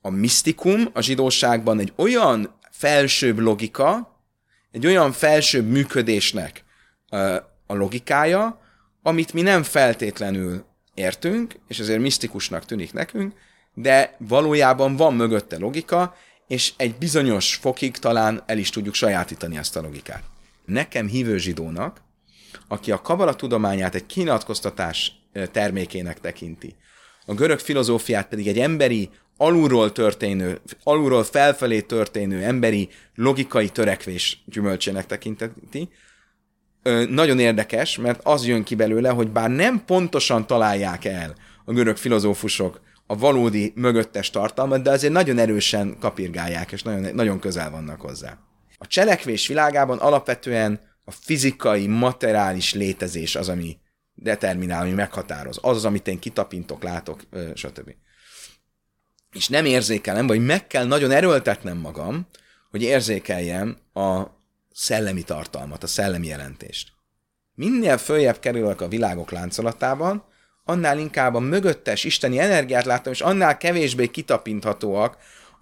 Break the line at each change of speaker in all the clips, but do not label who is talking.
a misztikum a zsidóságban egy olyan felsőbb logika, egy olyan felsőbb működésnek a logikája, amit mi nem feltétlenül értünk, és ezért misztikusnak tűnik nekünk, de valójában van mögötte logika, és egy bizonyos fokig talán el is tudjuk sajátítani ezt a logikát. Nekem hívő zsidónak, aki a kabala tudományát egy kinyilatkoztatás termékének tekinti, a görög filozófiát pedig egy emberi, alulról felfelé történő emberi logikai törekvés gyümölcsének tekinti, nagyon érdekes, mert az jön ki belőle, hogy bár nem pontosan találják el a görög filozófusok a valódi mögöttes tartalmat, de azért nagyon erősen kapirgálják, és nagyon, nagyon közel vannak hozzá. A cselekvés világában alapvetően a fizikai, materiális létezés az, ami determinál, ami meghatároz. Az, amit én kitapintok, látok, stb. És nem érzékelem, vagy meg kell nagyon erőltetnem magam, hogy érzékeljem a szellemi tartalmat, a szellemi jelentést. Minél följebb kerülök a világok láncolatában, annál inkább a mögöttes isteni energiát látom, és annál kevésbé kitapinthatóak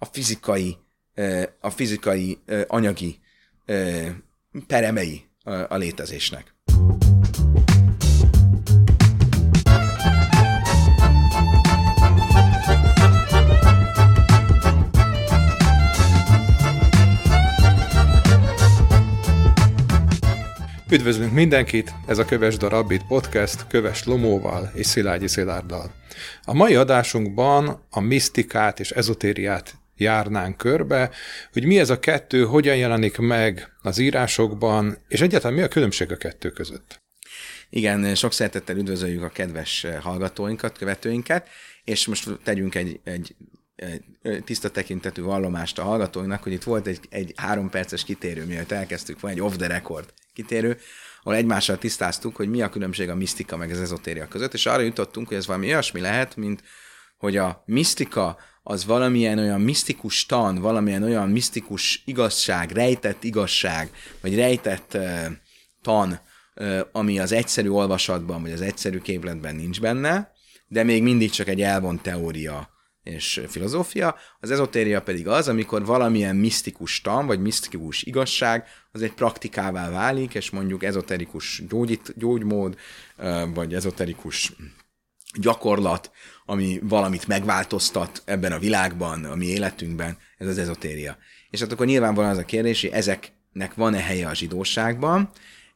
a fizikai anyagi peremei a létezésnek.
Üdvözlünk mindenkit, ez a Kövesd a Rabbit podcast Köves Lomóval és Szilágyi Szilárddal. A mai adásunkban a misztikát és ezotériát járnánk körbe, hogy mi ez a kettő, hogyan jelenik meg az írásokban, és egyáltalán mi a különbség a kettő között.
Igen, sok szeretettel üdvözöljük a kedves hallgatóinkat, követőinket, és most tegyünk egy tiszta tekintetű vallomást a hallgatóinknak, hogy itt volt egy 3 perces kitérő, mielőtt elkezdtük, van egy off the record kitérő, ahol egymással tisztáztuk, hogy mi a különbség a misztika meg az ezotéria között, és arra jutottunk, hogy ez valami olyasmi lehet, mint hogy a misztika az valamilyen olyan misztikus tan, valamilyen olyan misztikus igazság, rejtett igazság, vagy rejtett tan, ami az egyszerű olvasatban, vagy az egyszerű képletben nincs benne, de még mindig csak egy elvont teória és filozófia. Az ezotéria pedig az, amikor valamilyen misztikus tan, vagy misztikus igazság, az egy praktikává válik, és mondjuk ezoterikus gyógymód, vagy ezoterikus gyakorlat, ami valamit megváltoztat ebben a világban, a mi életünkben, ez az ezotéria. És hát akkor nyilvánvalóan az a kérdés, hogy ezeknek van-e helye a zsidóságban,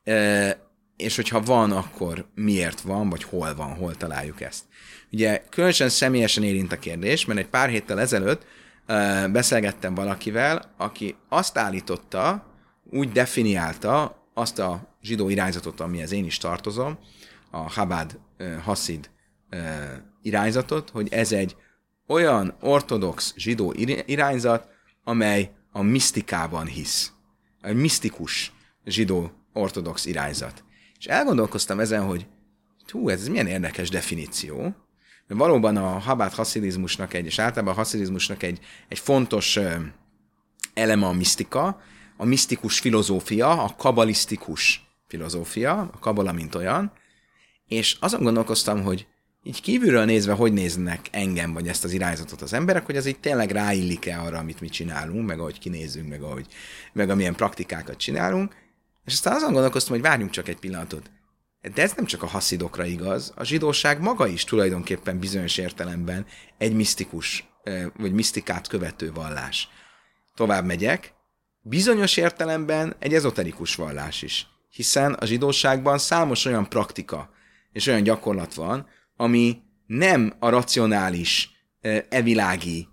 és hogyha van, akkor miért van, vagy hol találjuk ezt. Ugye különösen személyesen érint a kérdés, mert egy pár héttel ezelőtt beszélgettem valakivel, aki azt állította, úgy definiálta azt a zsidó irányzatot, amihez én is tartozom, a Chabad Hasid irányzatot, hogy ez egy olyan ortodox zsidó irányzat, amely a misztikában hisz. Egy misztikus zsidó ortodox irányzat. És elgondolkoztam ezen, hogy ez milyen érdekes definíció, mert valóban a Chabad haszidizmusnak és általában a haszidizmusnak egy fontos eleme a misztika, a misztikus filozófia, a kabalisztikus filozófia, a kabala mint olyan, és azon gondolkoztam, hogy így kívülről nézve, hogy néznek engem, vagy ezt az irányzatot az emberek, hogy ez így tényleg ráillik-e arra, amit mi csinálunk, meg ahogy kinézünk, meg amilyen praktikákat csinálunk, és aztán azon gondolkoztam, hogy várjunk csak egy pillanatot. De ez nem csak a haszidokra igaz, a zsidóság maga is tulajdonképpen bizonyos értelemben egy misztikus, vagy misztikát követő vallás. Tovább megyek, bizonyos értelemben egy ezoterikus vallás is, hiszen a zsidóságban számos olyan praktika és olyan gyakorlat van, ami nem a racionális, evilági,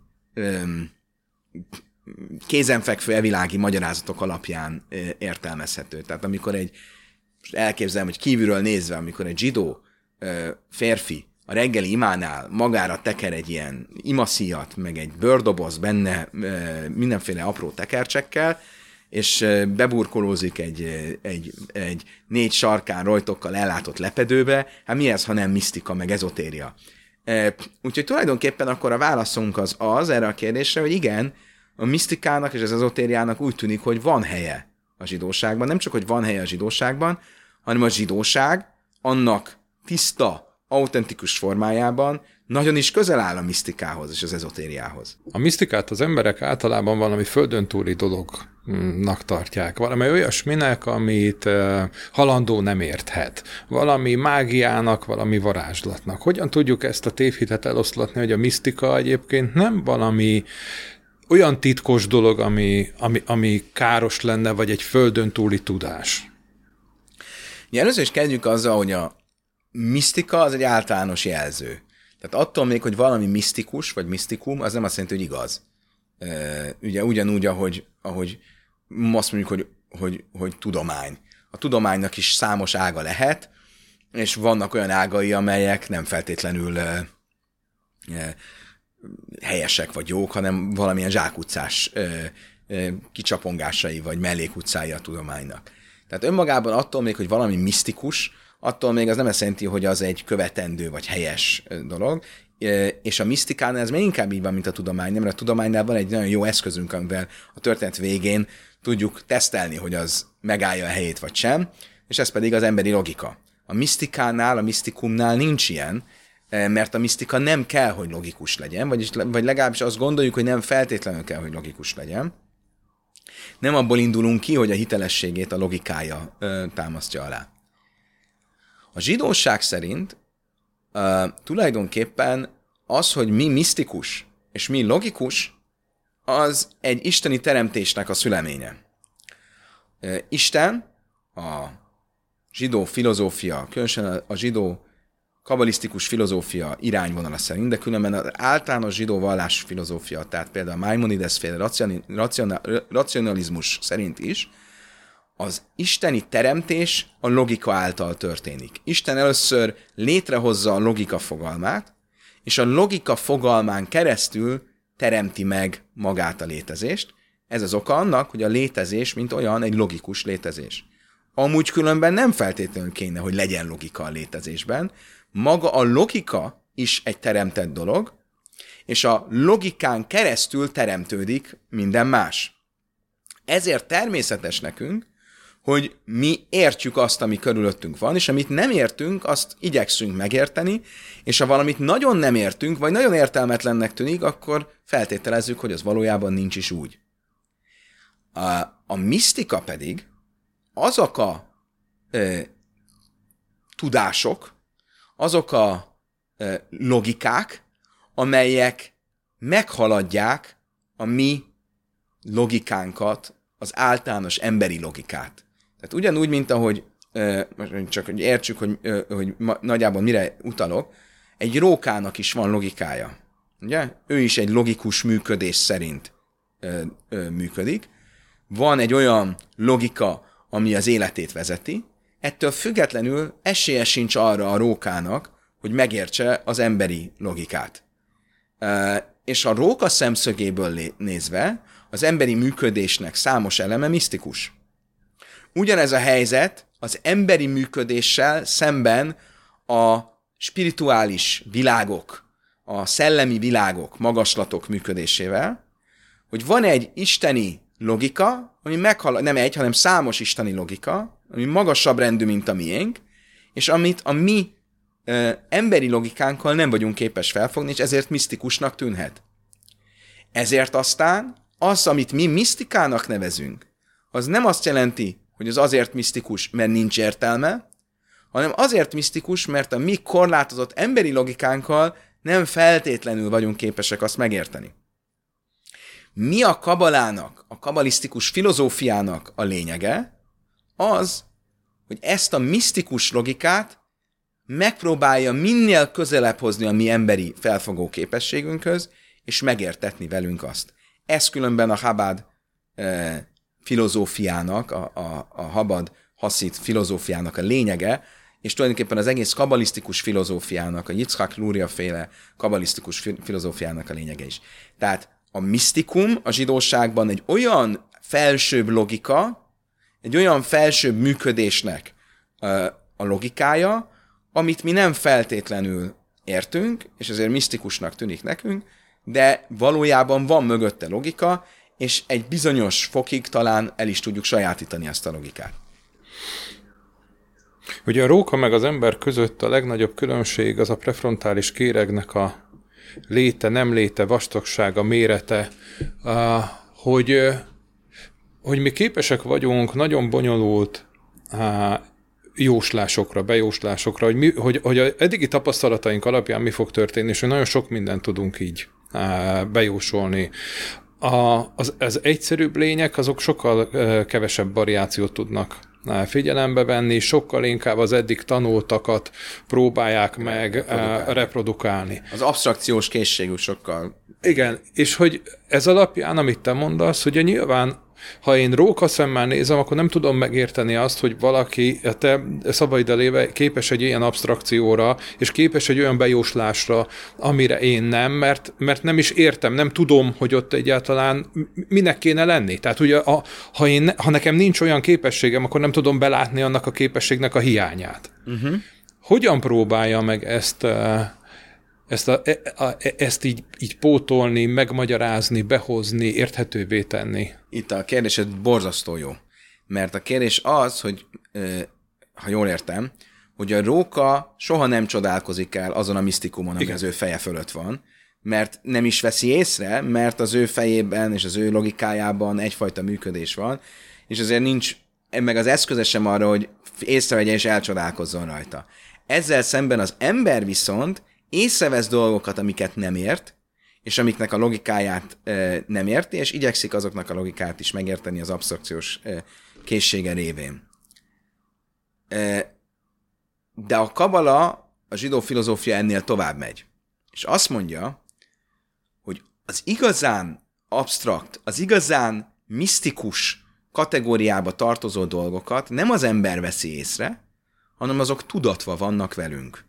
kézenfekvő evilági magyarázatok alapján értelmezhető. Tehát amikor most elképzelem, hogy kívülről nézve, amikor egy zsidó férfi a reggeli imánál magára teker egy ilyen imaszíjat, meg egy bőrdoboz benne mindenféle apró tekercsekkel, és beburkolózik egy 4 sarkán rojtokkal ellátott lepedőbe, hát mi ez, ha nem misztika, meg ezotéria. Úgyhogy tulajdonképpen akkor a válaszunk az erre a kérdésre, hogy igen, a misztikának és az ezotériának úgy tűnik, hogy van helye a zsidóságban. Nem csak, hogy van helye a zsidóságban, hanem a zsidóság annak tiszta, autentikus formájában nagyon is közel áll a misztikához és az ezotériához.
A misztikát az emberek általában valami földön túli dolognak tartják, valami olyasminek, amit halandó nem érthet, valami mágiának, valami varázslatnak. Hogyan tudjuk ezt a tévhitet eloszlatni, hogy a misztika egyébként nem valami olyan titkos dolog, ami káros lenne, vagy egy földön túli tudás?
Először is kezdjük azzal, hogy a misztika az egy általános jelző. Tehát attól még, hogy valami misztikus, vagy misztikum, az nem azt jelenti, hogy igaz. Ugye ugyanúgy, ahogy azt mondjuk, hogy tudomány. A tudománynak is számos ága lehet, és vannak olyan ágai, amelyek nem feltétlenül helyesek vagy jók, hanem valamilyen zsákutcás kicsapongásai, vagy mellékutcái a tudománynak. Tehát önmagában attól még, hogy valami misztikus, attól még az nem azt jelenti, hogy az egy követendő vagy helyes dolog, és a misztikánál ez még inkább így van, mint a tudomány, mert a tudománynál van egy nagyon jó eszközünk, amivel a történet végén tudjuk tesztelni, hogy az megállja a helyét vagy sem, és ez pedig az emberi logika. A misztikánál, a misztikumnál nincs ilyen, mert a misztika nem kell, hogy logikus legyen, vagy legalábbis azt gondoljuk, hogy nem feltétlenül kell, hogy logikus legyen. Nem abból indulunk ki, hogy a hitelességét a logikája támasztja alá. A zsidóság szerint tulajdonképpen az, hogy mi misztikus és mi logikus, az egy isteni teremtésnek a szüleménye. Isten, a zsidó filozófia, különösen a zsidó kabalisztikus filozófia irányvonala szerint, de különben az általános zsidó vallás filozófia, tehát például a Maimonides-féle racionalizmus szerint is, az isteni teremtés a logika által történik. Isten először létrehozza a logika fogalmát, és a logika fogalmán keresztül teremti meg magát a létezést. Ez az oka annak, hogy a létezés, mint olyan, egy logikus létezés. Amúgy különben nem feltétlenül kéne, hogy legyen logika a létezésben. Maga a logika is egy teremtett dolog, és a logikán keresztül teremtődik minden más. Ezért természetes nekünk, hogy mi értjük azt, ami körülöttünk van, és amit nem értünk, azt igyekszünk megérteni, és ha valamit nagyon nem értünk, vagy nagyon értelmetlennek tűnik, akkor feltételezzük, hogy az valójában nincs is úgy. A misztika pedig azok a tudások, azok a logikák, amelyek meghaladják a mi logikánkat, az általános emberi logikát. Tehát ugyanúgy, mint ahogy, csak hogy értsük, hogy nagyjából mire utalok, egy rókának is van logikája. Ugye? Ő is egy logikus működés szerint működik. Van egy olyan logika, ami az életét vezeti, ettől függetlenül esélye sincs arra a rókának, hogy megértse az emberi logikát. És a róka szemszögéből nézve az emberi működésnek számos eleme misztikus. Ugyanez a helyzet az emberi működéssel szemben a spirituális világok, a szellemi világok, magaslatok működésével, hogy van egy isteni logika, ami nem egy, hanem számos isteni logika, ami magasabb rendű, mint a miénk, és amit a mi emberi logikánkkal nem vagyunk képes felfogni, és ezért misztikusnak tűnhet. Ezért aztán az, amit mi misztikának nevezünk, az nem azt jelenti, hogy az azért misztikus, mert nincs értelme, hanem azért misztikus, mert a mi korlátozott emberi logikánkkal nem feltétlenül vagyunk képesek azt megérteni. Mi a kabalának, a kabalisztikus filozófiának a lényege? Az, hogy ezt a misztikus logikát megpróbálja minél közelebb hozni a mi emberi felfogó képességünkhöz, és megértetni velünk azt. Ez különben a Chabad filozófiának, a Chabad haszid filozófiának a lényege, és tulajdonképpen az egész kabalisztikus filozófiának, a Yitzhak Luria féle kabalisztikus filozófiának a lényege is. Tehát a misztikum a zsidóságban egy olyan felsőbb logika, egy olyan felsőbb működésnek a logikája, amit mi nem feltétlenül értünk, és ezért misztikusnak tűnik nekünk, de valójában van mögötte logika, és egy bizonyos fokig talán el is tudjuk sajátítani ezt a logikát.
Ugye a róka meg az ember között a legnagyobb különbség az a prefrontális kéregnek a léte, nem léte, vastagsága, mérete, hogy mi képesek vagyunk nagyon bonyolult jóslásokra, bejóslásokra, hogy az eddigi tapasztalataink alapján mi fog történni, és hogy nagyon sok mindent tudunk így bejósolni. Az egyszerűbb lények, azok sokkal kevesebb variációt tudnak figyelembe venni, sokkal inkább az eddig tanultakat próbálják meg reprodukálni.
Az absztrakciós készségük sokkal...
Igen, és hogy ez alapján, amit te mondasz, hogy nyilván, ha én rókaszemmel nézem, akkor nem tudom megérteni azt, hogy valaki, a te szavaiddal éve képes egy ilyen absztrakcióra, és képes egy olyan bejóslásra, amire én nem, mert nem is értem, nem tudom, hogy ott egyáltalán minek kéne lenni. Tehát ugye, ha nekem nincs olyan képességem, akkor nem tudom belátni annak a képességnek a hiányát. Uh-huh. Hogyan próbálja meg ezt így pótolni, megmagyarázni, behozni, érthetővé tenni?
Itt a kérdésed borzasztó jó. Mert a kérdés az, hogy, ha jól értem, hogy a róka soha nem csodálkozik el azon a misztikumon, ami az ő feje fölött van, mert nem is veszi észre, mert az ő fejében és az ő logikájában egyfajta működés van, és azért nincs meg az eszköze sem arra, hogy észrevegye és elcsodálkozzon rajta. Ezzel szemben az ember viszont észrevesz dolgokat, amiket nem ért, és amiknek a logikáját nem érti, és igyekszik azoknak a logikát is megérteni az absztrakciós készsége révén. De a kabala, a zsidó filozófia ennél tovább megy. És azt mondja, hogy az igazán absztrakt, az igazán misztikus kategóriába tartozó dolgokat nem az ember veszi észre, hanem azok tudatva vannak velünk.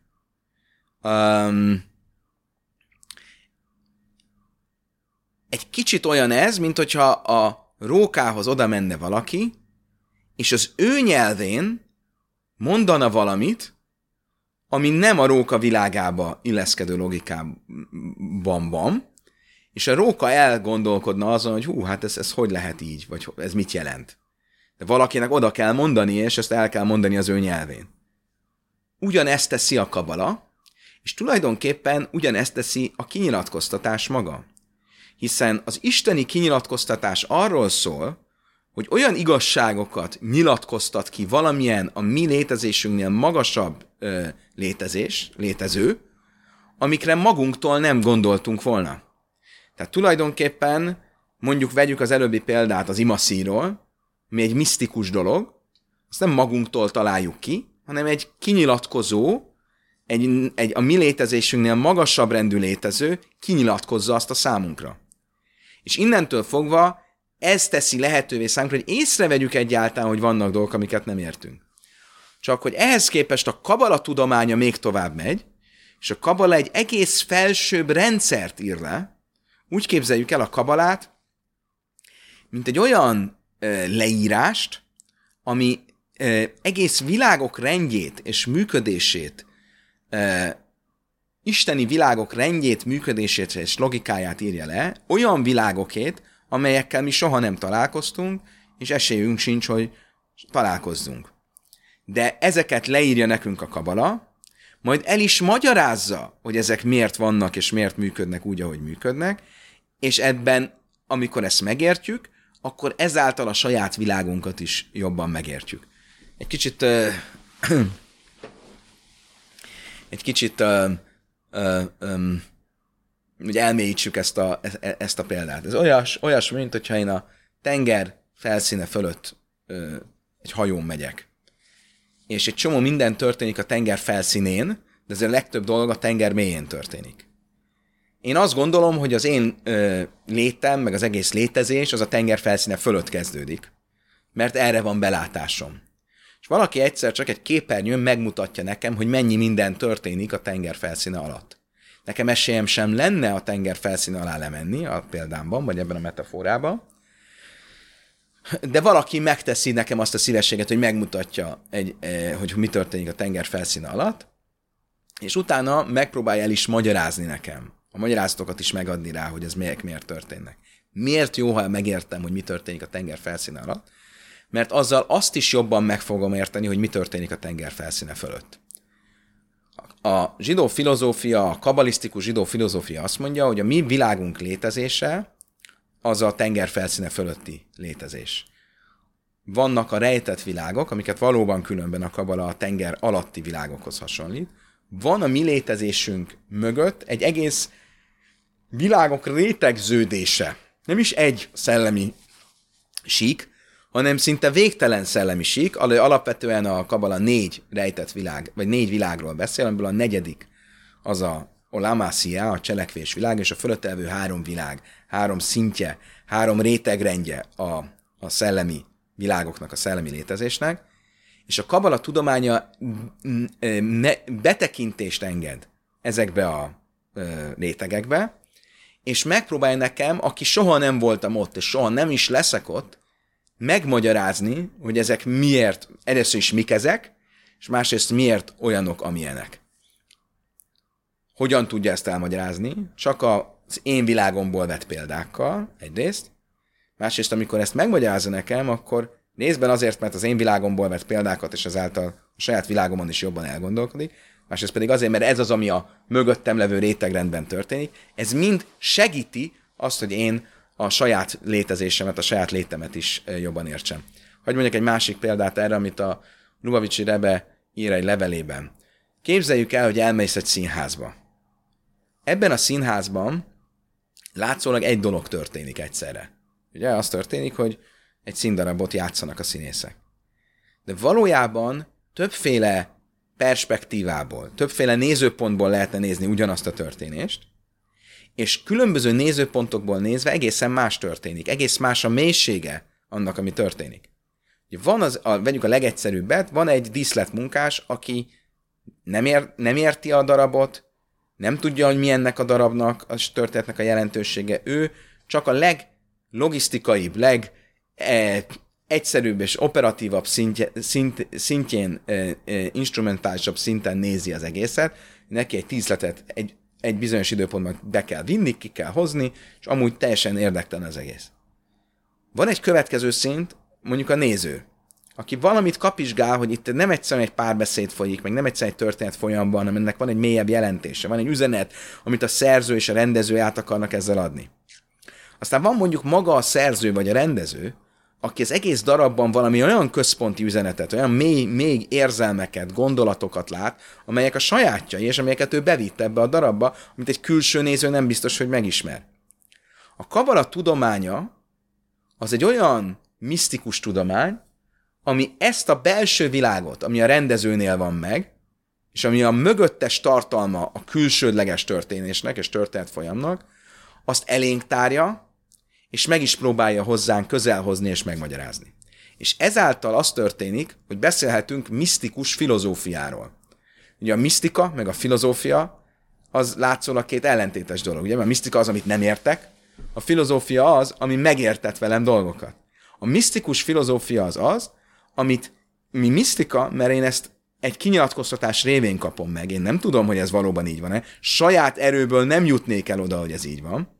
Egy kicsit olyan ez, mint hogyha a rókához oda menne valaki, és az ő nyelvén mondana valamit, ami nem a róka világába illeszkedő logikában van, és a róka elgondolkodna azon, hogy hát ez hogy lehet így, vagy ez mit jelent. De valakinek oda kell mondani, és ezt el kell mondani az ő nyelvén. Ugyanezt teszi a kabala, és tulajdonképpen ugyanezt teszi a kinyilatkoztatás maga. Hiszen az isteni kinyilatkoztatás arról szól, hogy olyan igazságokat nyilatkoztat ki valamilyen a mi létezésünknél magasabb létező, amikre magunktól nem gondoltunk volna. Tehát tulajdonképpen, mondjuk vegyük az előbbi példát az imaszíról, mi egy misztikus dolog, azt nem magunktól találjuk ki, hanem egy kinyilatkozó, a mi létezésünknél magasabb rendű létező kinyilatkozza azt a számunkra. És innentől fogva ez teszi lehetővé számunkra, hogy észrevegyük egyáltalán, hogy vannak dolgok, amiket nem értünk. Csak hogy ehhez képest a kabala tudománya még tovább megy, és a kabala egy egész felsőbb rendszert ír le. Úgy képzeljük el a kabalát, mint egy olyan leírást, ami egész világok rendjét és működését, isteni világok rendjét, működését és logikáját írja le, olyan világokét, amelyekkel mi soha nem találkoztunk, és esélyünk sincs, hogy találkozzunk. De ezeket leírja nekünk a kabala, majd el is magyarázza, hogy ezek miért vannak, és miért működnek úgy, ahogy működnek, és ebben, amikor ezt megértjük, akkor ezáltal a saját világunkat is jobban megértjük. Egy kicsit hogy elmélyítsük ezt a példát. Ez olyasmi, mint hogyha én a tenger felszíne fölött egy hajón megyek. És egy csomó minden történik a tenger felszínén, de ez a legtöbb dolog a tenger mélyén történik. Én azt gondolom, hogy az én létem, meg az egész létezés az a tenger felszíne fölött kezdődik. Mert erre van belátásom. És valaki egyszer csak egy képernyőn megmutatja nekem, hogy mennyi minden történik a tenger felszíne alatt. Nekem esélyem sem lenne a tenger felszíne alá lemenni a példámban, vagy ebben a metaforában, de valaki megteszi nekem azt a szívességet, hogy megmutatja, hogy mi történik a tenger felszíne alatt, és utána megpróbálja el is magyarázni nekem. A magyarázatokat is megadni rá, hogy ez miért történnek. Miért jó, ha megértem, hogy mi történik a tenger felszíne alatt? Mert azzal azt is jobban meg fogom érteni, hogy mi történik a tenger felszíne fölött. a zsidó filozófia, a kabalisztikus zsidó filozófia azt mondja, hogy a mi világunk létezése az a tenger felszíne fölötti létezés. Vannak a rejtett világok, amiket valóban különben a kabala a tenger alatti világokhoz hasonlít. Van a mi létezésünk mögött egy egész világok rétegződése. Nem is egy szellemi sík, hanem szinte végtelen szellemi sík, alapvetően a kabala 4 rejtett világ, vagy 4 világról beszél, amiből a 4. az a Olamásziá, a cselekvés világ, és a fölött elvő 3 világ, 3 szintje, 3 rétegrendje a szellemi világoknak, a szellemi létezésnek, és a kabala tudománya betekintést enged ezekbe a rétegekbe, és megpróbálja nekem, aki soha nem voltam ott, és soha nem is leszek ott, megmagyarázni, hogy ezek miért, először is mik ezek, és másrészt miért olyanok, amilyenek. Hogyan tudja ezt elmagyarázni? Csak az én világomból vett példákkal, egyrészt. Másrészt, amikor ezt megmagyarázza nekem, akkor részben azért, mert az én világomból vett példákat, és ezáltal a saját világomon is jobban elgondolkodik, másrészt pedig azért, mert ez az, ami a mögöttem levő rétegrendben történik. Ez mind segíti azt, hogy én a saját létezésemet, a saját létemet is jobban értsem. Hadd mondjak egy másik példát erre, amit a Lubavicsi Rebbe ír egy levelében. Képzeljük el, hogy elmész egy színházba. Ebben a színházban látszólag egy dolog történik egyszerre. Ugye az történik, hogy egy színdarabot játszanak a színészek. De valójában többféle perspektívából, többféle nézőpontból lehetne nézni ugyanazt a történést, és különböző nézőpontokból nézve egészen más történik, egész más a mélysége annak, ami történik. Van vegyük a legegyszerűbbet, van egy díszletmunkás, aki nem érti a darabot, nem tudja, hogy mi ennek a darabnak, a történetnek a jelentősége. Ő csak a leglogisztikaibb, legegyszerűbb és operatívabb szintjén, instrumentálisabb szinten nézi az egészet. Neki egy díszletet egy bizonyos időpontban be kell vinni, ki kell hozni, és amúgy teljesen érdektelen az egész. Van egy következő szint, mondjuk a néző, aki valamit kapizsgál, hogy itt nem egyszerűen egy párbeszéd folyik, meg nem egyszerűen egy történet folyamban, hanem ennek van egy mélyebb jelentése, van egy üzenet, amit a szerző és a rendező át akarnak ezzel adni. Aztán van mondjuk maga a szerző vagy a rendező, aki az egész darabban valami olyan központi üzenetet, olyan mély érzelmeket, gondolatokat lát, amelyek a sajátjai, és amelyeket ő bevitt ebbe a darabba, amit egy külső néző nem biztos, hogy megismer. A kabala tudománya az egy olyan misztikus tudomány, ami ezt a belső világot, ami a rendezőnél van meg, és ami a mögöttes tartalma a külsődleges történésnek és történetfolyamnak, azt elénk tárja, és meg is próbálja hozzánk közelhozni és megmagyarázni. És ezáltal az történik, hogy beszélhetünk misztikus filozófiáról. Ugye a misztika meg a filozófia az látszólag 2 ellentétes dolog. Ugye? Mert a misztika az, amit nem értek, a filozófia az, ami megértett velem dolgokat. A misztikus filozófia az, amit mi misztika, mert én ezt egy kinyilatkoztatás révén kapom meg. Én nem tudom, hogy ez valóban így van-e. Saját erőből nem jutnék el oda, hogy ez így van.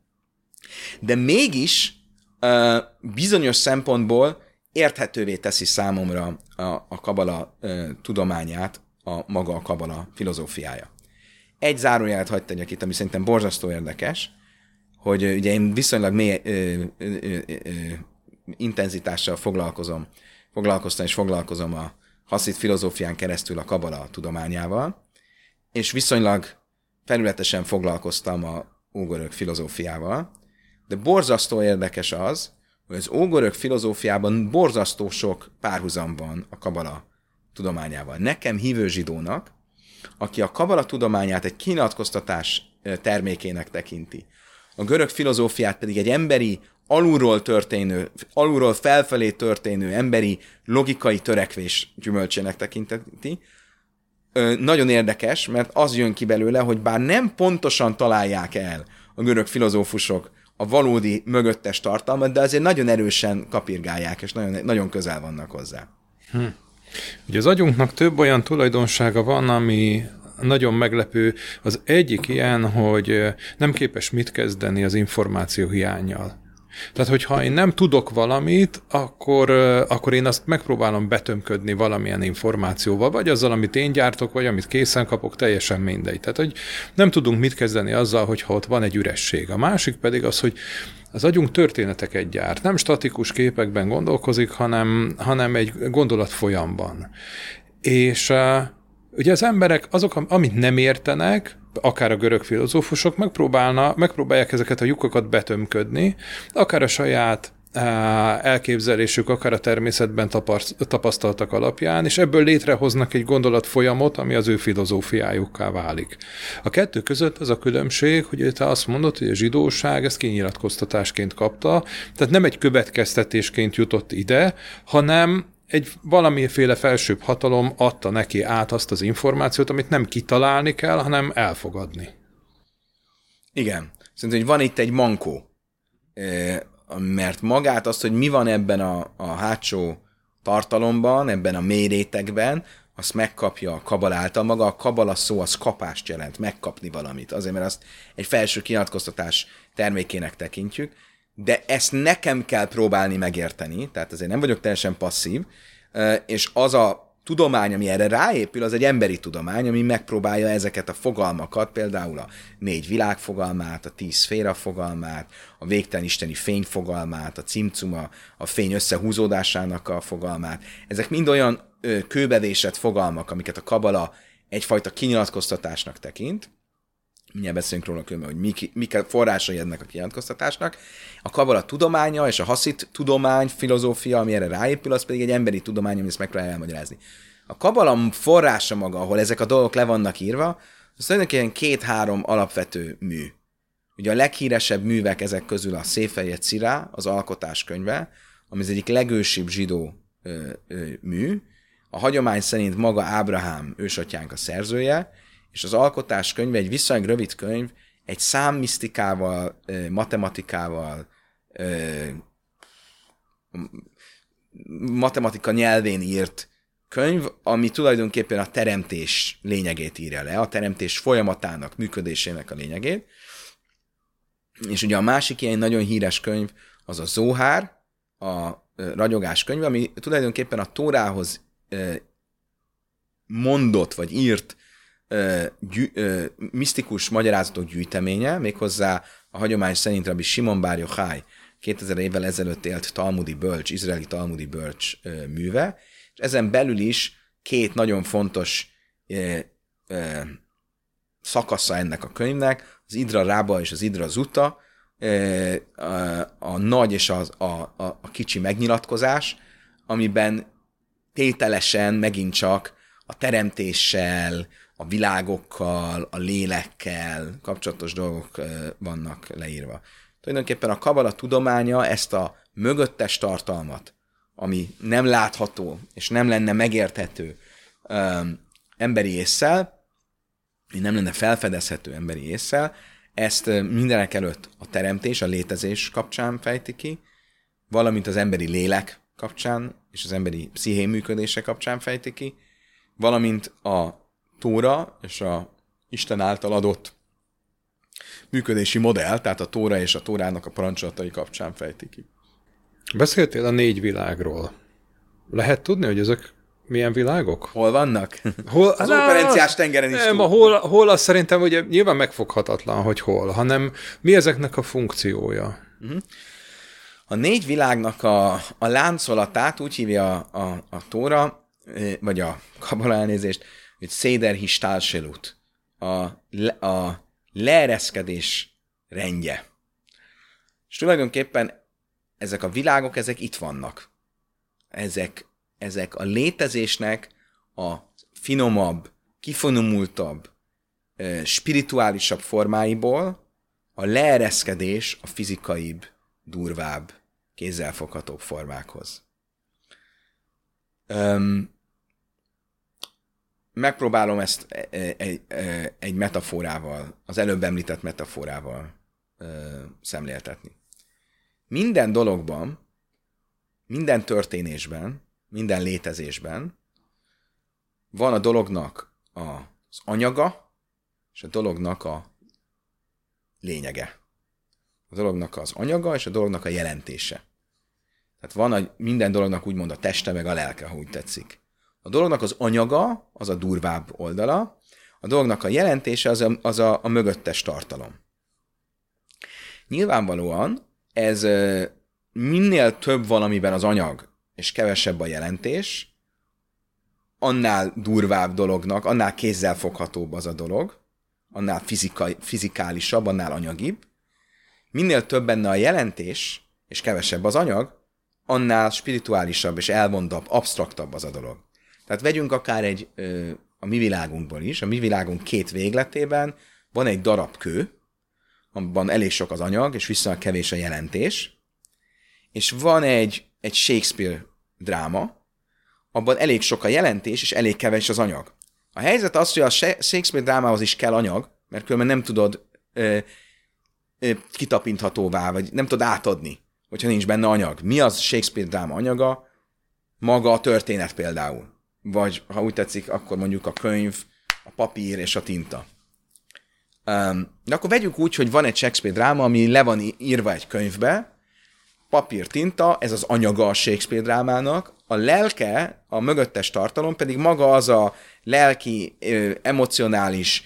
De mégis bizonyos szempontból érthetővé teszi számomra a kabala tudományát, maga a kabala filozófiája. Egy zárójelet hadd tegyek itt, ami szerintem borzasztó érdekes, hogy ugye én viszonylag mély intenzitással foglalkoztam a haszid filozófián keresztül a kabala tudományával, és viszonylag felületesen foglalkoztam a ógörög filozófiával, de borzasztó érdekes az, hogy az ógörög filozófiában borzasztó sok párhuzam van a kabala tudományával. Nekem hívő zsidónak, aki a kabala tudományát egy kinyilatkoztatás termékének tekinti, a görög filozófiát pedig egy emberi, alulról felfelé történő emberi logikai törekvés gyümölcsének tekinteti, nagyon érdekes, mert az jön ki belőle, hogy bár nem pontosan találják el a görög filozófusok a valódi mögöttes tartalmat, de azért nagyon erősen kapirgálják, és nagyon, nagyon közel vannak hozzá.
Ugye az agyunknak több olyan tulajdonsága van, ami nagyon meglepő. Az egyik ilyen, hogy nem képes mit kezdeni az információ hiánnyal. Tehát, hogyha én nem tudok valamit, akkor én azt megpróbálom betömködni valamilyen információval, vagy azzal, amit én gyártok, vagy amit készen kapok, teljesen mindegy. Tehát, hogy nem tudunk mit kezdeni azzal, hogyha ott van egy üresség. A másik pedig az, hogy az agyunk történeteket gyárt. Nem statikus képekben gondolkozik, hanem egy gondolatfolyamban. És ugye az emberek azok, amit nem értenek, akár a görög filozófusok megpróbálják ezeket a lyukakat betömködni, akár a saját elképzelésük, akár a természetben tapasztaltak alapján, és ebből létrehoznak egy gondolatfolyamot, ami az ő filozófiájukká válik. A kettő között az a különbség, hogy te azt mondod, hogy a zsidóság ezt kinyilatkoztatásként kapta, tehát nem egy következtetésként jutott ide, hanem egy valamiféle felsőbb hatalom adta neki át azt az információt, amit nem kitalálni kell, hanem elfogadni.
Igen. Szerintem, hogy van itt egy mankó, mert magát azt, hogy mi van ebben a hátsó tartalomban, ebben a mély rétegben, azt megkapja a kabala által. Maga a kabala szó az kapást jelent, megkapni valamit. Azért, mert azt egy felső kinyilatkoztatás termékének tekintjük, de ezt nekem kell próbálni megérteni, tehát azért nem vagyok teljesen passzív, és az a tudomány, ami erre ráépül, az egy emberi tudomány, ami megpróbálja ezeket a fogalmakat, például a 4 világ fogalmát, a 10 szféra fogalmát, a végtelen isteni fény fogalmát, a cimcuma, a fény összehúzódásának a fogalmát. Ezek mind olyan kőbevésett fogalmak, amiket a kabala egyfajta kinyilatkoztatásnak tekint. Mindjárt beszélünk róla különben, hogy mik a forrásai ennek a kinyilatkoztatásnak. A kabala tudománya és a haszit tudomány, filozófia, ami erre ráépül, az pedig egy emberi tudomány, ami ezt megpróbálja elmagyarázni. A kabala forrása maga, ahol ezek a dolgok le vannak írva, az tulajdonképpen 2-3 alapvető mű. Ugye a leghíresebb művek ezek közül a Szefer Jetzirá, az alkotás könyve, ami az egyik legősibb zsidó mű. A hagyomány szerint maga Ábrahám ősatyánk a szerzője, és az alkotás könyve egy viszonylag rövid könyv, egy számmisztikával, matematikával, matematika nyelvén írt könyv, ami tulajdonképpen a teremtés lényegét írja le, a teremtés folyamatának, működésének a lényegét. És ugye a másik ilyen nagyon híres könyv az a Zohár, a ragyogás könyv, ami tulajdonképpen a Tórához mondott vagy írt misztikus magyarázatok gyűjteménye, méghozzá a hagyomány szerint Rabbi Simon Bar Yochai 2000 évvel ezelőtt élt talmudi bölcs, izraeli talmudi bölcs műve, és ezen belül is 2 nagyon fontos szakasza ennek a könyvnek, az Idra Rába és az Idra Zuta, a nagy és a kicsi megnyilatkozás, amiben tételesen megint csak a teremtéssel, a világokkal, a lélekkel kapcsolatos dolgok vannak leírva. Tulajdonképpen a kabala tudománya ezt a mögöttes tartalmat, ami nem látható, és nem lenne megérthető emberi ésszel, nem lenne felfedezhető emberi ésszel, ezt mindenek előtt a teremtés, a létezés kapcsán fejti ki, valamint az emberi lélek kapcsán, és az emberi psziché működése kapcsán fejti ki, valamint a Tóra és a Isten által adott működési modell, tehát a Tóra és a Tórának a parancsolatai kapcsán fejti ki.
Beszéltél a 4 világról. Lehet tudni, hogy ezek milyen világok?
Hol vannak? Az óperenciás tengeren is
nem, hol az szerintem ugye nyilván megfoghatatlan, hogy hol, hanem mi ezeknek a funkciója?
A 4 világnak a láncolatát úgy hívja a Tóra, vagy a kabala elnézést, hogy Széder Histál Selut, a leereszkedés rendje. És tulajdonképpen ezek a világok, ezek itt vannak. Ezek a létezésnek a finomabb, kifinomultabb, spirituálisabb formáiból a leereszkedés a fizikaibb, durvább, kézzelfoghatóbb formákhoz. Megpróbálom ezt egy metaforával, az előbb említett metaforával szemléltetni. Minden dologban, minden történésben, minden létezésben van a dolognak az anyaga, és a dolognak a lényege. a dolognak az anyaga és a dolognak a jelentése. Tehát van minden dolognak úgymond a teste meg a lelke, ha úgy tetszik. A dolognak az anyaga, az a durvább oldala, a dolognak a jelentése az a mögöttes tartalom. Nyilvánvalóan ez minél több valamiben az anyag, és kevesebb a jelentés, annál durvább dolognak, annál kézzelfoghatóbb az a dolog, annál fizikálisabb, annál anyagibb. Minél több benne a jelentés, és kevesebb az anyag, annál spirituálisabb és elvontabb, absztraktabb az a dolog. Tehát vegyünk akár a mi világunkból is, a mi világunk két végletében van egy darab kő, abban elég sok az anyag, és viszonylag kevés a jelentés, és van egy Shakespeare dráma, abban elég sok a jelentés, és elég kevés az anyag. A helyzet az, hogy a Shakespeare drámához is kell anyag, mert különben nem tudod kitapinthatóvá, vagy nem tudod átadni, hogyha nincs benne anyag. Mi az Shakespeare dráma anyaga? Maga a történet például. Vagy, ha úgy tetszik, akkor mondjuk a könyv, a papír és a tinta. De akkor vegyük úgy, hogy van egy Shakespeare dráma, ami le van írva egy könyvbe, papír, tinta, ez az anyaga a Shakespeare drámának, a lelke, a mögöttes tartalom pedig maga az a lelki, emocionális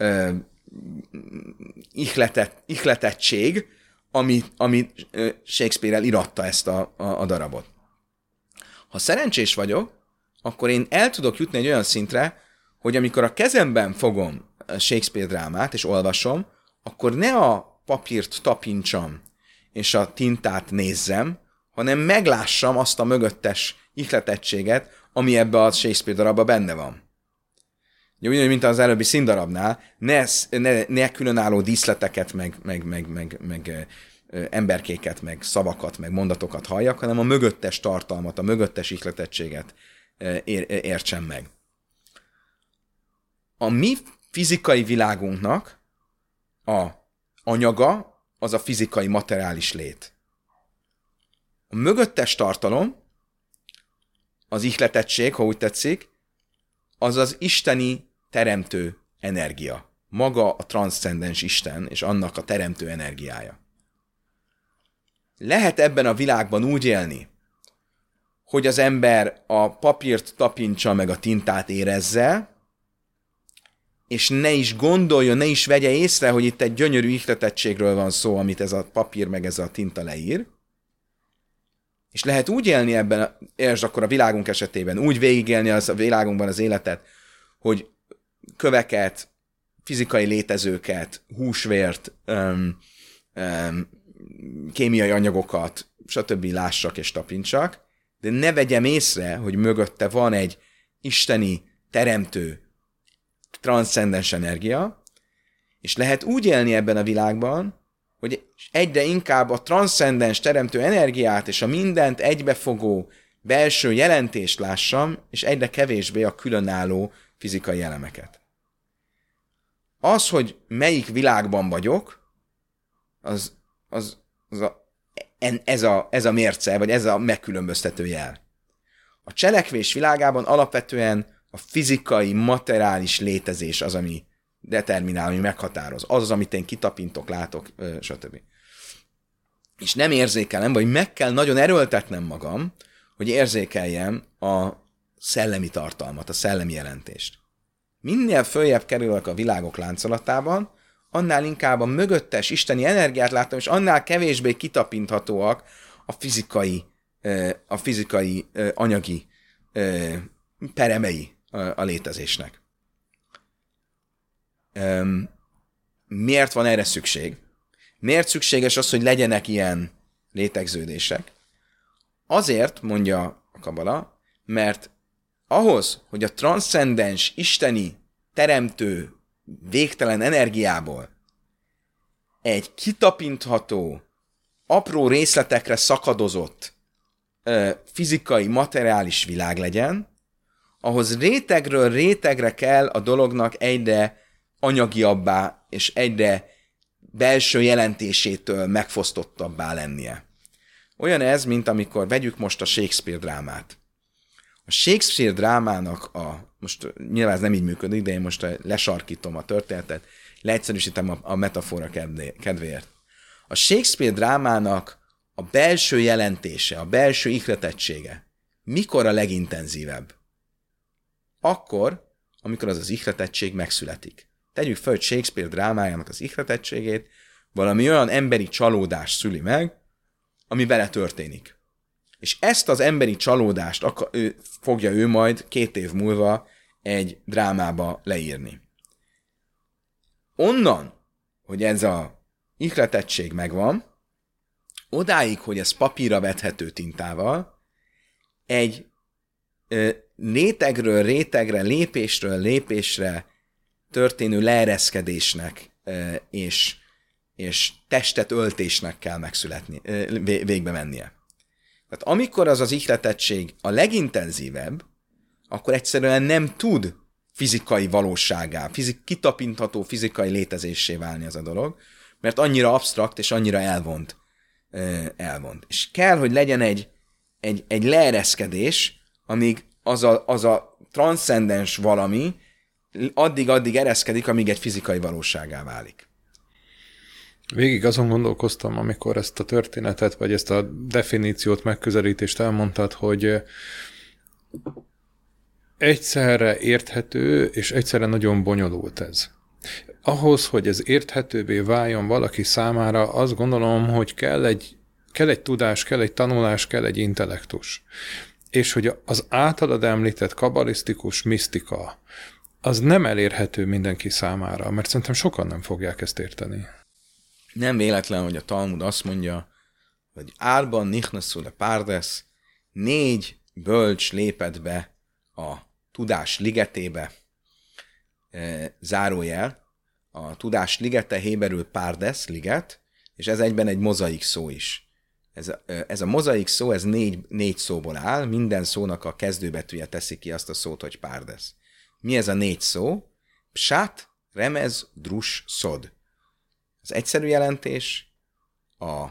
ihletettség, ami Shakespeare-el iratta ezt a darabot. Ha szerencsés vagyok, akkor én el tudok jutni egy olyan szintre, hogy amikor a kezemben fogom a Shakespeare drámát, és olvasom, akkor ne a papírt tapintsam, és a tintát nézzem, hanem meglássam azt a mögöttes ihletettséget, ami ebbe a Shakespeare darabba benne van. Ugyanúgy, mint az előbbi színdarabnál, ne különálló díszleteket, meg emberkéket, meg szavakat, meg mondatokat halljak, hanem a mögöttes tartalmat, a mögöttes ihletettséget értsem meg. A mi fizikai világunknak a anyaga az a fizikai materiális lét. A mögöttes tartalom, az ihletettség, ha úgy tetszik, az az isteni teremtő energia. Maga a transzcendens Isten, és annak a teremtő energiája. Lehet ebben a világban úgy élni, hogy az ember a papírt tapintsa meg a tintát érezze, és ne is gondoljon, ne is vegye észre, hogy itt egy gyönyörű ihletettségről van szó, amit ez a papír meg ez a tinta leír. És lehet úgy élni ebben, és akkor a világunk esetében, úgy végigélni a világunkban az életet, hogy köveket, fizikai létezőket, húsvért, kémiai anyagokat, stb. Lássak és tapintsak, de ne vegyem észre, hogy mögötte van egy isteni, teremtő, transzcendens energia, és lehet úgy élni ebben a világban, hogy egyre inkább a transzcendens teremtő energiát és a mindent egybefogó belső jelentést lássam, és egyre kevésbé a különálló fizikai elemeket. Az, hogy melyik világban vagyok, ez a mérce, vagy ez a megkülönböztető jel. A cselekvés világában alapvetően a fizikai, materiális létezés az, ami determinál, ami meghatároz. Az, amit én kitapintok, látok, stb. És nem érzékelem, vagy meg kell nagyon erőltetnem magam, hogy érzékeljem a szellemi tartalmat, a szellemi jelentést. Minél följebb kerülök a világok láncolatában, annál inkább a mögöttes isteni energiát látom, és annál kevésbé kitapinthatóak a fizikai anyagi peremei a létezésnek. Miért van erre szükség? Miért szükséges az, hogy legyenek ilyen létegződések? Azért, mondja a Kabala, mert ahhoz, hogy a transzcendens, isteni, teremtő, végtelen energiából egy kitapintható, apró részletekre szakadozott fizikai, materiális világ legyen, ahhoz rétegről rétegre kell a dolognak egyre anyagiabbá és egyre belső jelentésétől megfosztottabbá lennie. Olyan ez, mint amikor vegyük most a Shakespeare drámát. A Shakespeare drámának most nyilván ez nem így működik, de én most lesarkítom a történetet, leegyszerűsítem a metafora kedvéért. a Shakespeare drámának a belső jelentése, a belső ihletettsége mikor a legintenzívebb? Akkor, amikor az ihletettség megszületik. Tegyük fel, hogy Shakespeare drámájának az ihletettségét valami olyan emberi csalódás szüli meg, ami vele történik. És ezt az emberi csalódást fogja ő majd 2 év múlva egy drámába leírni. Onnan, hogy ez a ihletettség megvan, odáig, hogy ez papírra vethető tintával, egy rétegről rétegre, lépésről lépésre történő leereszkedésnek és testet öltésnek kell megszületni, végbe mennie. Tehát amikor az ihletettség a legintenzívebb, akkor egyszerűen nem tud fizikai valóságá, kitapintható fizikai létezéssé válni az a dolog, mert annyira absztrakt és annyira elvont. És kell, hogy legyen egy leereszkedés, amíg az a transzcendens valami addig ereszkedik, amíg egy fizikai valóságá válik.
Végig azon gondolkoztam, amikor ezt a történetet, vagy ezt a definíciót, megközelítést elmondtad, hogy egyszerre érthető, és egyszerre nagyon bonyolult ez. Ahhoz, hogy ez érthetőbbé váljon valaki számára, azt gondolom, hogy kell egy tudás, kell egy tanulás, kell egy intellektus. És hogy az általad említett kabalisztikus misztika, az nem elérhető mindenki számára, mert szerintem sokan nem fogják ezt érteni.
Nem véletlen, hogy a Talmud azt mondja, hogy Árban nichnasszul a párdes, 4 bölcs lépett be a tudás ligetébe, zárójel, a tudás ligete héberül párdes, liget, és ez egyben egy mozaik szó is. Ez a mozaik szó, ez 4 szóból áll, minden szónak a kezdőbetűje teszi ki azt a szót, hogy párdes. Mi ez a 4 szó? Psát, remez, drus, szod. Az egyszerű jelentés, a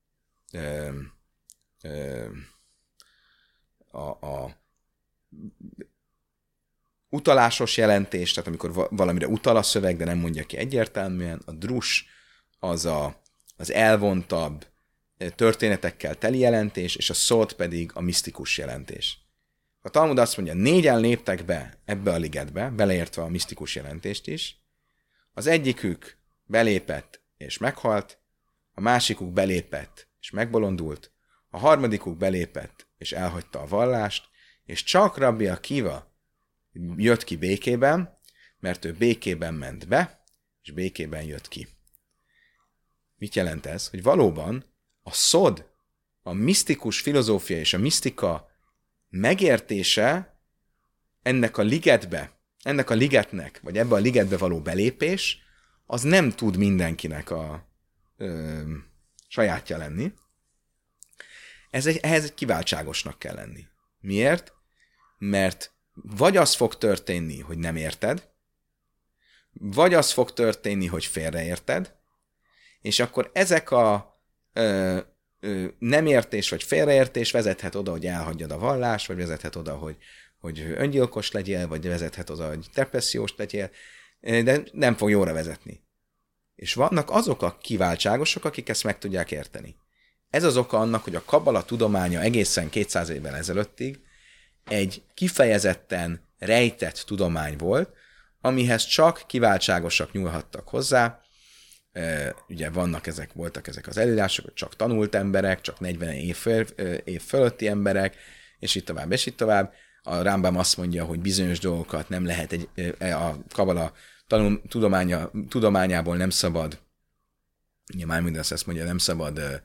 utalásos jelentés, tehát amikor valamire utal a szöveg, de nem mondja ki egyértelműen, a drus az elvontabb történetekkel teli jelentés, és a szót pedig a misztikus jelentés. A Talmud azt mondja, 4-en léptek be ebbe a ligetbe, beleértve a misztikus jelentést is. Az egyikük belépett és meghalt, a másikuk belépett és megbolondult, a harmadikuk belépett és elhagyta a vallást, és csak Rabbi Akiva jött ki békében, mert ő békében ment be, és békében jött ki. Mit jelent ez? Hogy valóban a szod, a misztikus filozófia és a misztika megértése ennek a ligetnek, vagy ebbe a ligetbe való belépés, az nem tud mindenkinek a sajátja lenni. Ehhez egy kiváltságosnak kell lenni. Miért? Mert vagy az fog történni, hogy nem érted, vagy az fog történni, hogy félreérted, és akkor ezek a nem értés vagy félreértés vezethet oda, hogy elhagyjad a vallást, vagy vezethet oda, hogy öngyilkos legyél, vagy vezethet oda, hogy depressziós legyél, de nem fog jóra vezetni. És vannak azok a kiváltságosok, akik ezt meg tudják érteni. Ez az oka annak, hogy a kabala tudománya egészen 200 évvel ezelőttig egy kifejezetten rejtett tudomány volt, amihez csak kiváltságosak nyúlhattak hozzá. Ugye voltak ezek az előírások, hogy csak tanult emberek, csak 40 év fölötti emberek, és így tovább, és így tovább. A Rambam azt mondja, hogy bizonyos dolgokat nem lehet a kabala tudományából nem szabad, ugye Maimonides ezt mondja, nem szabad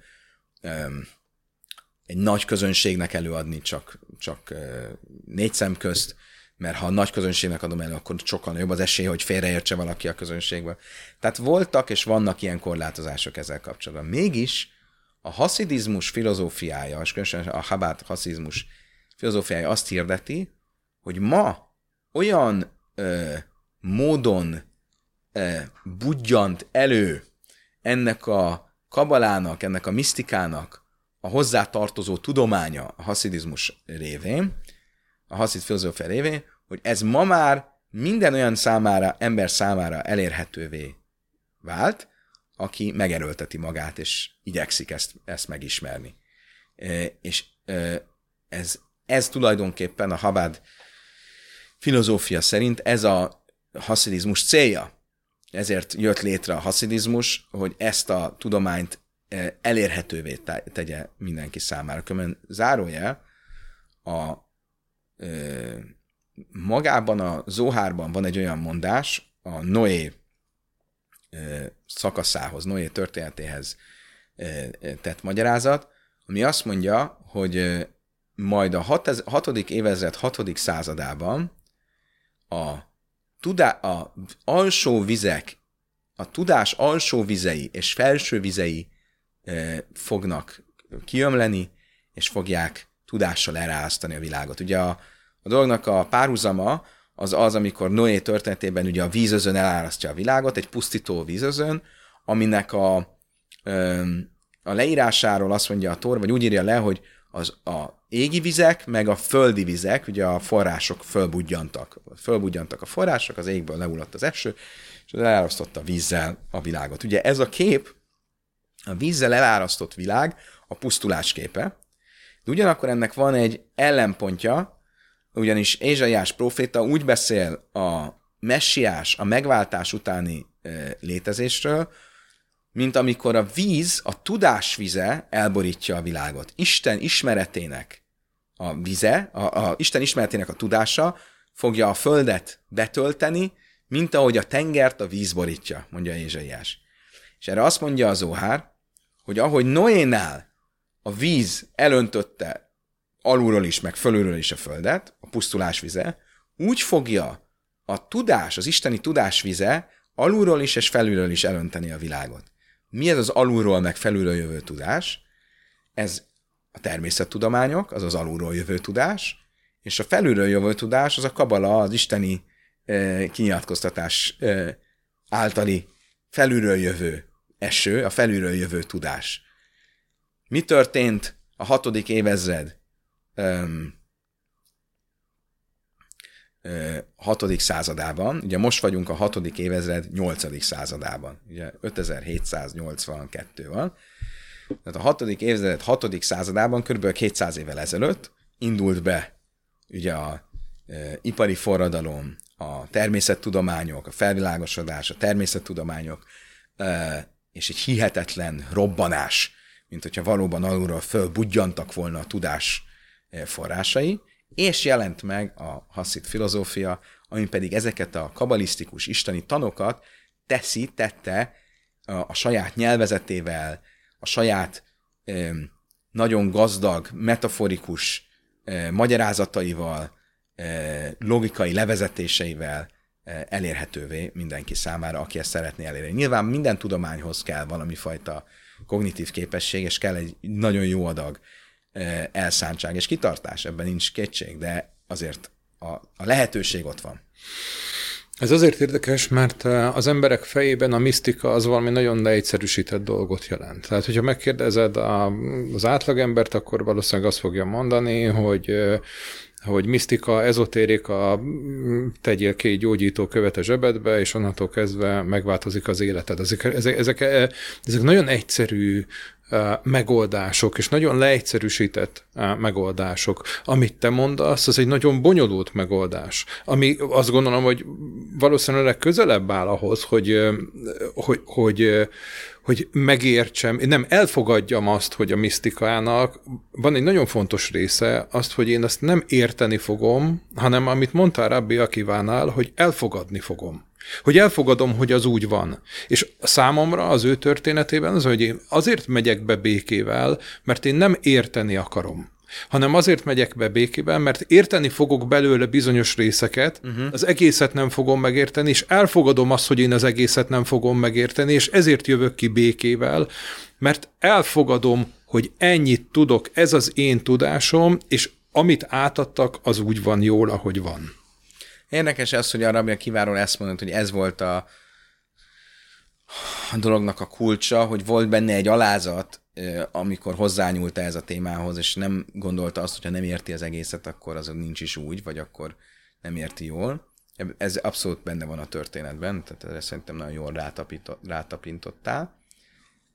egy nagy közönségnek előadni csak 4 szem közt, mert ha a nagy közönségnek adom elő, akkor sokkal nagyobb az esély, hogy félreértse valaki a közönségből. Tehát voltak és vannak ilyen korlátozások ezzel kapcsolatban. Mégis a haszidizmus filozófiája, és különösen a Chabad haszidizmus filozófiája azt hirdeti, hogy ma olyan módon budjant elő ennek a kabalának, ennek a misztikának a hozzátartozó tudománya a haszidizmus révén, a haszid filozófia révén, hogy ez ma már minden olyan ember számára elérhetővé vált, aki megerőlteti magát, és igyekszik ezt megismerni. És ez tulajdonképpen a Habád filozófia szerint ez a haszidizmus célja. Ezért jött létre a haszidizmus, hogy ezt a tudományt elérhetővé tegye mindenki számára. Különben zárójel, magában a Zohárban van egy olyan mondás, a Noé szakaszához, Noé történetéhez tett magyarázat, ami azt mondja, hogy majd a 6. évezred 6. századában a alsó vizek, a tudás alsó vizei és felső vizei fognak kiömleni, és fogják tudással elárasztani a világot. Ugye a dolognak a párhuzama az, amikor Noé történetében ugye a vízözön elárasztja a világot, egy pusztító vízözön, aminek a leírásáról azt mondja a Tóra, vagy úgy írja le, hogy a égi vizek, meg a földi vizek, ugye a források fölbudjantak. Fölbudjantak a források, az égből lehullott az eső, és az elárasztotta vízzel a világot. Ugye ez a kép, a vízzel elárasztott világ a pusztulás képe, de ugyanakkor ennek van egy ellenpontja, ugyanis Ézsaiás próféta úgy beszél a messiás, a megváltás utáni létezésről, mint amikor a víz, a tudás vize elborítja a világot. Isten ismeretének a vize, a Isten ismeretének a tudása fogja a földet betölteni, mint ahogy a tengert a víz borítja, mondja Ézsaiás. És erre azt mondja a Zohár, hogy ahogy Noénál a víz elöntötte alulról is, meg fölülről is a földet, a pusztulás vize, úgy fogja a tudás, az isteni tudás vize alulról is és felülről is elönteni a világot. Mi ez az alulról meg felülről jövő tudás? Ez a természettudományok, az az alulról jövő tudás, és a felülről jövő tudás az a kabala, az isteni kinyilatkoztatás általi felülről jövő eső, a felülről jövő tudás. Mi történt a 6. évezred 6. századában? Ugye most vagyunk a 6. évezred 8. századában. Ugye 5782 van. Tehát a 6. évezred 6. századában kb. 200 évvel ezelőtt indult be ugye a ipari forradalom, a természettudományok, a felvilágosodás, a természettudományok, és egy hihetetlen robbanás, mint hogyha valóban alulról fölbudjantak volna a tudás forrásai, és jelent meg a haszid filozófia, ami pedig ezeket a kabalisztikus isteni tanokat tette a saját nyelvezetével, a saját nagyon gazdag, metaforikus magyarázataival, logikai levezetéseivel elérhetővé mindenki számára, aki ezt szeretné elérni. Nyilván minden tudományhoz kell valami fajta kognitív képesség, és kell egy nagyon jó adag elszántság és kitartás, ebben nincs kétség, de azért a lehetőség ott van.
Ez azért érdekes, mert az emberek fejében a misztika az valami nagyon leegyszerűsített dolgot jelent. Tehát, hogyha megkérdezed az átlagembert, akkor valószínűleg azt fogja mondani, hogy misztika, ezotérika, tegyél 2 gyógyító követ a zsebedbe, és onnantól kezdve megváltozik az életed. Ezek nagyon egyszerű megoldások, és nagyon leegyszerűsített megoldások. Amit te mondasz, az egy nagyon bonyolult megoldás, ami azt gondolom, hogy valószínűleg közelebb áll ahhoz, hogy megértsem, nem elfogadjam azt, hogy a misztikának van egy nagyon fontos része, azt, hogy én ezt nem érteni fogom, hanem amit mondtál Rabbi Akivánál, hogy elfogadni fogom. Hogy elfogadom, hogy az úgy van. És számomra az ő történetében az, hogy én azért megyek be békével, mert én nem érteni akarom, hanem azért megyek be békével, mert érteni fogok belőle bizonyos részeket, az egészet nem fogom megérteni, és elfogadom azt, hogy én az egészet nem fogom megérteni, és ezért jövök ki békével, mert elfogadom, hogy ennyit tudok, ez az én tudásom, és amit átadtak, az úgy van jól, ahogy van.
Érdekes az, hogy a Rabbi Akiváról ezt mondott, hogy ez volt a dolognak a kulcsa, hogy volt benne egy alázat, amikor hozzányúlt ez a témához, és nem gondolta azt, hogyha nem érti az egészet, akkor az nincs is úgy, vagy akkor nem érti jól. Ez abszolút benne van a történetben, tehát erre szerintem nagyon jól rátapintottál.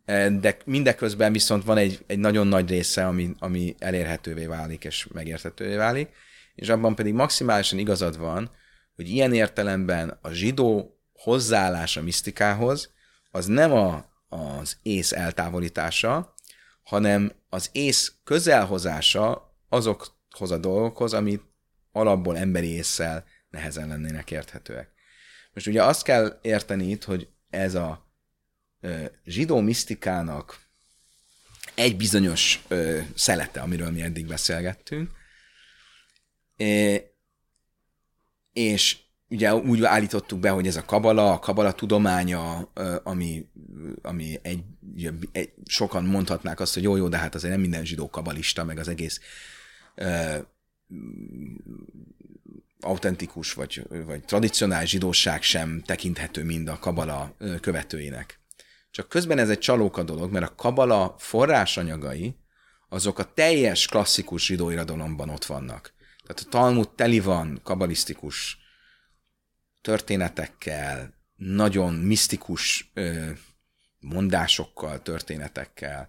de mindeközben viszont van egy nagyon nagy része, ami elérhetővé válik és megérthetővé válik, és abban pedig maximálisan igazad van, hogy ilyen értelemben a zsidó hozzáállás a misztikához az nem az ész eltávolítása, hanem az ész közelhozása azokhoz a dolgokhoz, amit alapból emberi ésszel nehezen lennének érthetőek. Most ugye azt kell érteni itt, hogy ez a zsidó misztikának egy bizonyos szelete, amiről mi eddig beszélgettünk, és ugye úgy állítottuk be, hogy ez a kabala tudománya, ami sokan mondhatnák azt, hogy jó, de hát azért nem minden zsidó kabalista, meg az egész autentikus vagy tradicionális zsidóság sem tekinthető mind a kabala követőinek. Csak közben ez egy csalóka dolog, mert a kabala forrásanyagai azok a teljes klasszikus zsidó irodalomban ott vannak. Tehát a Talmud teli van kabalisztikus történetekkel, nagyon misztikus mondásokkal, történetekkel.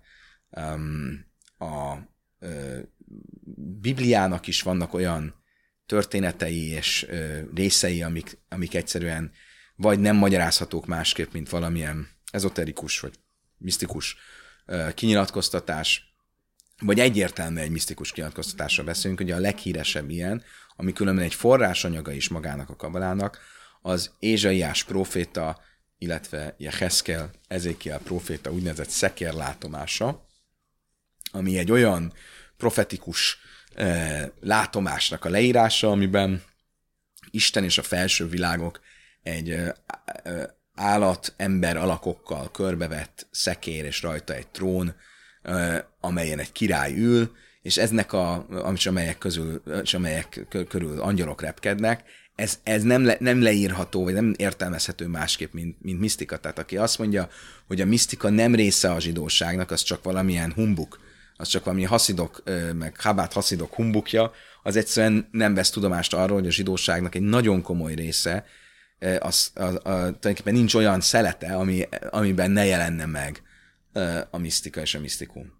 A Bibliának is vannak olyan történetei és részei, amik egyszerűen vagy nem magyarázhatók másképp, mint valamilyen ezoterikus vagy misztikus kinyilatkoztatás, vagy egyértelműen egy misztikus kinyilatkoztatásra beszélünk, ugye a leghíresebb ilyen, ami különben egy forrásanyaga is magának a kabalának, az Ézsaiás próféta, illetve Jeheszkel, Ezékiel próféta úgynevezett szekérlátomása, ami egy olyan profetikus látomásnak a leírása, amiben Isten és a felső világok egy állat-ember alakokkal körbevett szekér, és rajta egy trón, amelyen egy király ül, és amelyek körül angyalok repkednek, ez nem leírható, vagy nem értelmezhető másképp, mint misztika. Tehát aki azt mondja, hogy a misztika nem része a zsidóságnak, az csak valamilyen humbuk, az csak valami haszidok, meg Chabad haszidok humbukja, az egyszerűen nem vesz tudomást arról, hogy a zsidóságnak egy nagyon komoly része, tulajdonképpen nincs olyan szelete, amiben ne jelenne meg a misztika és a misztikum.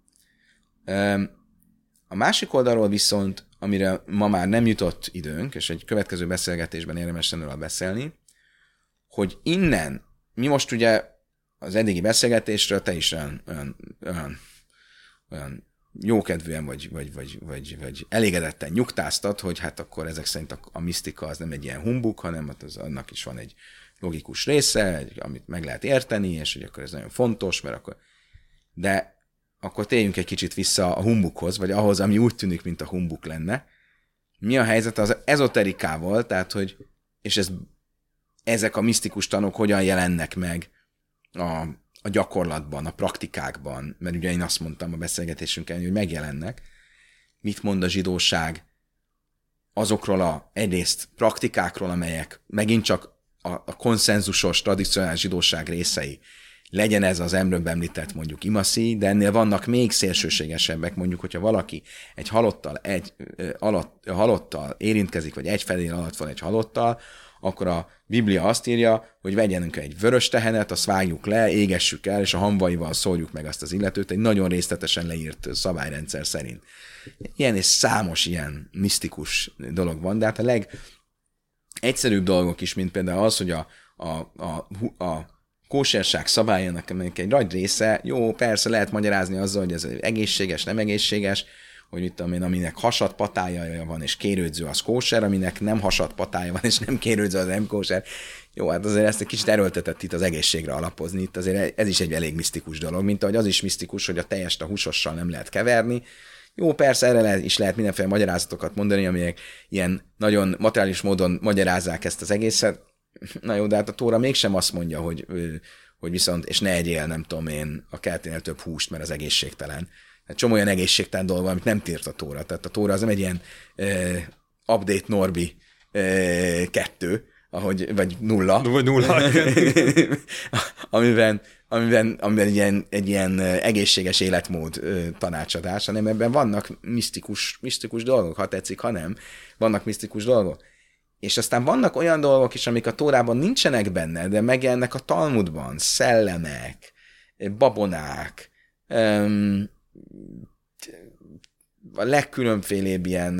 A másik oldalról viszont, amire ma már nem jutott időnk, és egy következő beszélgetésben érdemes lenne beszélni, hogy innen, mi most ugye az eddigi beszélgetésről te is olyan jókedvűen vagy elégedetten nyugtáztat, hogy hát akkor ezek szerint a misztika az nem egy ilyen humbuk, hanem annak is van egy logikus része, amit meg lehet érteni, és hogy akkor ez nagyon fontos, mert akkor... De akkor térjünk egy kicsit vissza a humbukhoz, vagy ahhoz, ami úgy tűnik, mint a humbuk lenne. Mi a helyzet az ezoterikával, tehát hogy, és ezek a misztikus tanok hogyan jelennek meg a gyakorlatban, a praktikákban, mert ugye én azt mondtam a beszélgetésünkön, hogy megjelennek. Mit mond a zsidóság azokról egyrészt praktikákról, amelyek megint csak a konszenzusos, tradicionális zsidóság részei, legyen ez az emlőbb említett mondjuk imaszi, de ennél vannak még szélsőségesebbek, mondjuk, hogyha valaki egy halottal érintkezik, vagy egy fedél alatt van egy halottal, akkor a Biblia azt írja, hogy vegyenünk egy vörös tehenet, azt vágjuk le, égessük el, és a hamvaival szórjuk meg azt az illetőt, egy nagyon részletesen leírt szabályrendszer szerint. Ilyen és számos ilyen misztikus dolog van, de hát a legegyszerűbb dolgok is, mint például az, hogy a kóserság szabályának, amelyik egy nagy része, jó, persze lehet magyarázni azzal, hogy ez egészséges, nem egészséges, hogy itt aminek hasad patája van és kérődző, az kóser, aminek nem hasad patája van és nem kérődző, az nem kóser. Jó, hát azért ezt egy kicsit erőltetett itt az egészségre alapozni, itt azért ez is egy elég misztikus dolog, mint ahogy az is misztikus, hogy a tejest a húsossal nem lehet keverni. Jó, persze erre is lehet mindenféle magyarázatokat mondani, amelyek ilyen nagyon materiális módon magyarázzák ezt az egészet. Na jó, de hát a Tóra mégsem azt mondja, hogy viszont, és ne egyél, nem tudom én, a kelténél több húst, mert az egészségtelen. Hát csomó olyan egészségtelen dolog, amit nem tilт a Tóra. Tehát a Tóra az nem egy ilyen update Norbi 2, vagy 0.
Vagy 0.
amiben egy ilyen egészséges életmód tanácsadás, hanem ebben vannak misztikus dolgok, ha tetszik, ha nem. Vannak misztikus dolgok. És aztán vannak olyan dolgok is, amik a Tórában nincsenek benne, de megjelennek a Talmudban, szellemek, babonák, a legkülönfélébb ilyen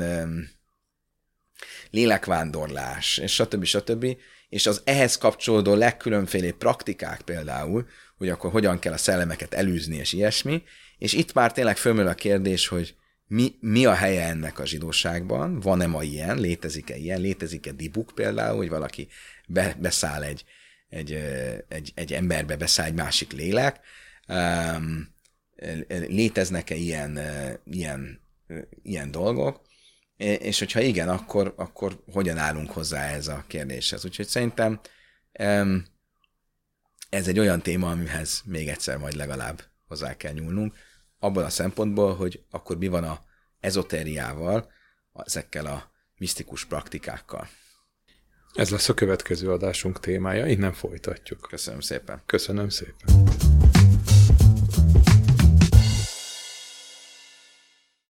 lélekvándorlás, és stb. És az ehhez kapcsolódó legkülönfélébb praktikák például, hogy akkor hogyan kell a szellemeket elűzni, és ilyesmi, és itt már tényleg fölmerül a kérdés, hogy mi a helye ennek a zsidóságban, van-e ma ilyen, létezik-e ilyen, létezik-e dibuk például, hogy valaki beszáll egy emberbe, beszáll egy másik lélek, léteznek-e ilyen dolgok, és hogyha igen, akkor hogyan állunk hozzá ehhez a kérdéshez. Úgyhogy szerintem ez egy olyan téma, amihez még egyszer majd legalább hozzá kell nyúlnunk, abban a szempontból, hogy akkor mi van a ezotériával, ezekkel a misztikus praktikákkal.
Ez lesz a következő adásunk témája, innen folytatjuk.
Köszönöm szépen.
Köszönöm szépen.